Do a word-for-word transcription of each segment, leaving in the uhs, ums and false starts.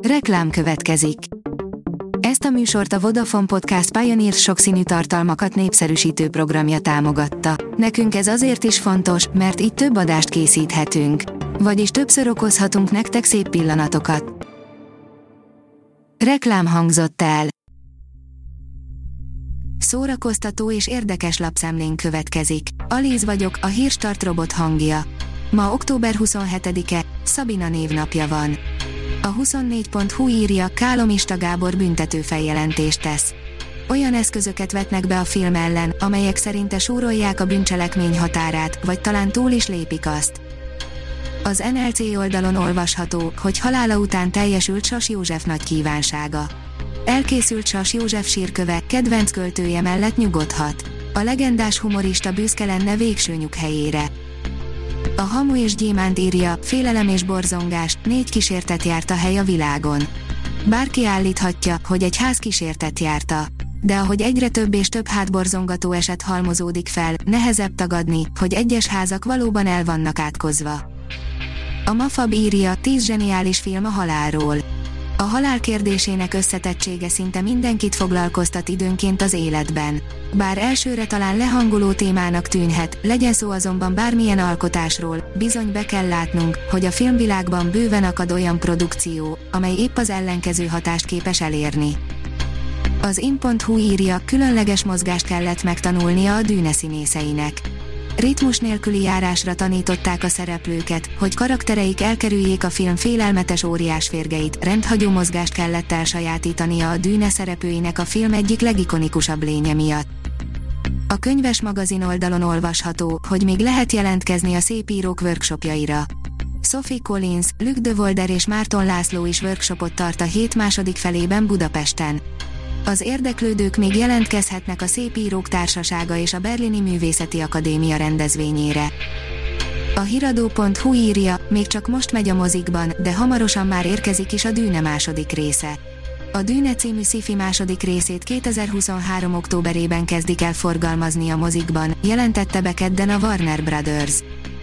Reklám következik. Ezt a műsort a Vodafone Podcast Pioneer sokszínű tartalmakat népszerűsítő programja támogatta. Nekünk ez azért is fontos, mert így több adást készíthetünk. Vagyis többször okozhatunk nektek szép pillanatokat. Reklám hangzott el. Szórakoztató és érdekes lapszemlén következik. Alíz vagyok, a Hírstart robot hangja. Ma október huszonhetedike, Szabina névnapja van. A huszonnégy pont hu írja, Kálomista Gábor büntető feljelentést tesz. Olyan eszközöket vetnek be a film ellen, amelyek szerinte súrolják a bűncselekmény határát, vagy talán túl is lépik azt. Az en el cé oldalon olvasható, hogy halála után teljesült Sas József nagy kívánsága. Elkészült Sas József sírköve, kedvenc költője mellett nyugodhat. A legendás humorista büszke lenne végső nyughelyére. A Hamu és Gyémánt írja, félelem és borzongás, négy kísértet járt a hely a világon. Bárki állíthatja, hogy egy ház kísértet járta. De ahogy egyre több és több hátborzongató eset halmozódik fel, nehezebb tagadni, hogy egyes házak valóban el vannak átkozva. A Mafab írja, tíz zseniális film a halálról. A halál kérdésének összetettsége szinte mindenkit foglalkoztat időnként az életben. Bár elsőre talán lehangoló témának tűnhet, legyen szó azonban bármilyen alkotásról, bizony be kell látnunk, hogy a filmvilágban bőven akad olyan produkció, amely épp az ellenkező hatást képes elérni. Az in pont hu írja, különleges mozgást kellett megtanulnia a Dűne színészeinek. Ritmus nélküli járásra tanították a szereplőket, hogy karaktereik elkerüljék a film félelmetes óriásférgeit, rendhagyó mozgást kellett elsajátítania a Dűne szereplőinek a film egyik legikonikusabb lénye miatt. A könyves magazin oldalon olvasható, hogy még lehet jelentkezni a szépírók workshopjaira. Sophie Collins, Luc de Volder és Márton László is workshopot tart a hét második felében Budapesten. Az érdeklődők még jelentkezhetnek a Szépírók Társasága és a Berlini Művészeti Akadémia rendezvényére. A hiradó pont hu írja, még csak most megy a mozikban, de hamarosan már érkezik is a Dűne második része. A Dűne című sci-fi második részét kétezer-huszonhárom októberében kezdik el forgalmazni a mozikban, jelentette be kedden a Warner Brothers.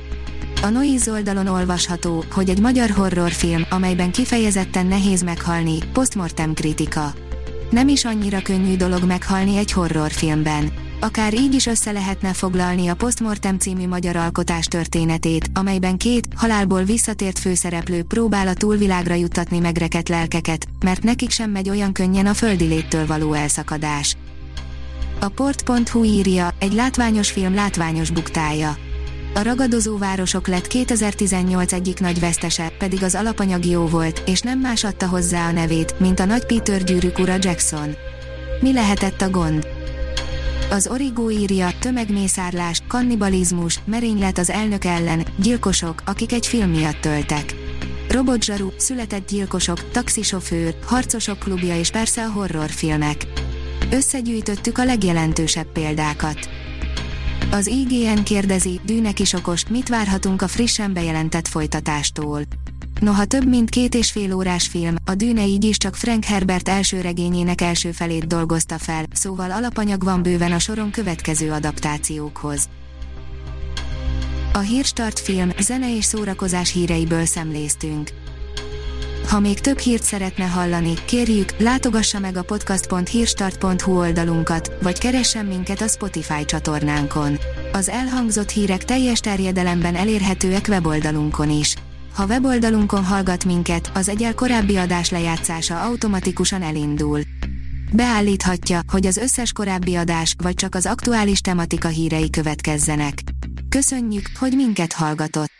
A Noise oldalon olvasható, hogy egy magyar horrorfilm, amelyben kifejezetten nehéz meghalni, posztmortem kritika. Nem is annyira könnyű dolog meghalni egy horrorfilmben. Akár így is össze lehetne foglalni a Postmortem című magyar alkotás történetét, amelyben két, halálból visszatért főszereplő próbál a túlvilágra juttatni megrekedt lelkeket, mert nekik sem megy olyan könnyen a földi léttől való elszakadás. A port pont hu írja, egy látványos film látványos buktája. A Ragadozó városok lett kétezer-tizennyolc egyik nagy vesztese, pedig az alapanyag jó volt, és nem más adta hozzá a nevét, mint a Nagy Peter gyűrűk ura Jackson. Mi lehetett a gond? Az Origo írja, tömegmészárlás, kannibalizmus, merénylet az elnök ellen, gyilkosok, akik egy film miatt töltek. Robotzsaru, született gyilkosok, taxisofőr, harcosok klubja és persze a horrorfilmek. Összegyűjtöttük a legjelentősebb példákat. Az i gé en kérdezi, Dűne kisokos, mit várhatunk a frissen bejelentett folytatástól. Noha több mint két és fél órás film, a Dűne így is csak Frank Herbert első regényének első felét dolgozta fel, szóval alapanyag van bőven a soron következő adaptációkhoz. A Hírstart film, zene és szórakozás híreiből szemléztünk. Ha még több hírt szeretne hallani, kérjük, látogassa meg a podcast pont hírstart pont hu oldalunkat, vagy keressen minket a Spotify csatornánkon. Az elhangzott hírek teljes terjedelemben elérhetőek weboldalunkon is. Ha weboldalunkon hallgat minket, az egyel korábbi adás lejátszása automatikusan elindul. Beállíthatja, hogy az összes korábbi adás, vagy csak az aktuális tematika hírei következzenek. Köszönjük, hogy minket hallgatott!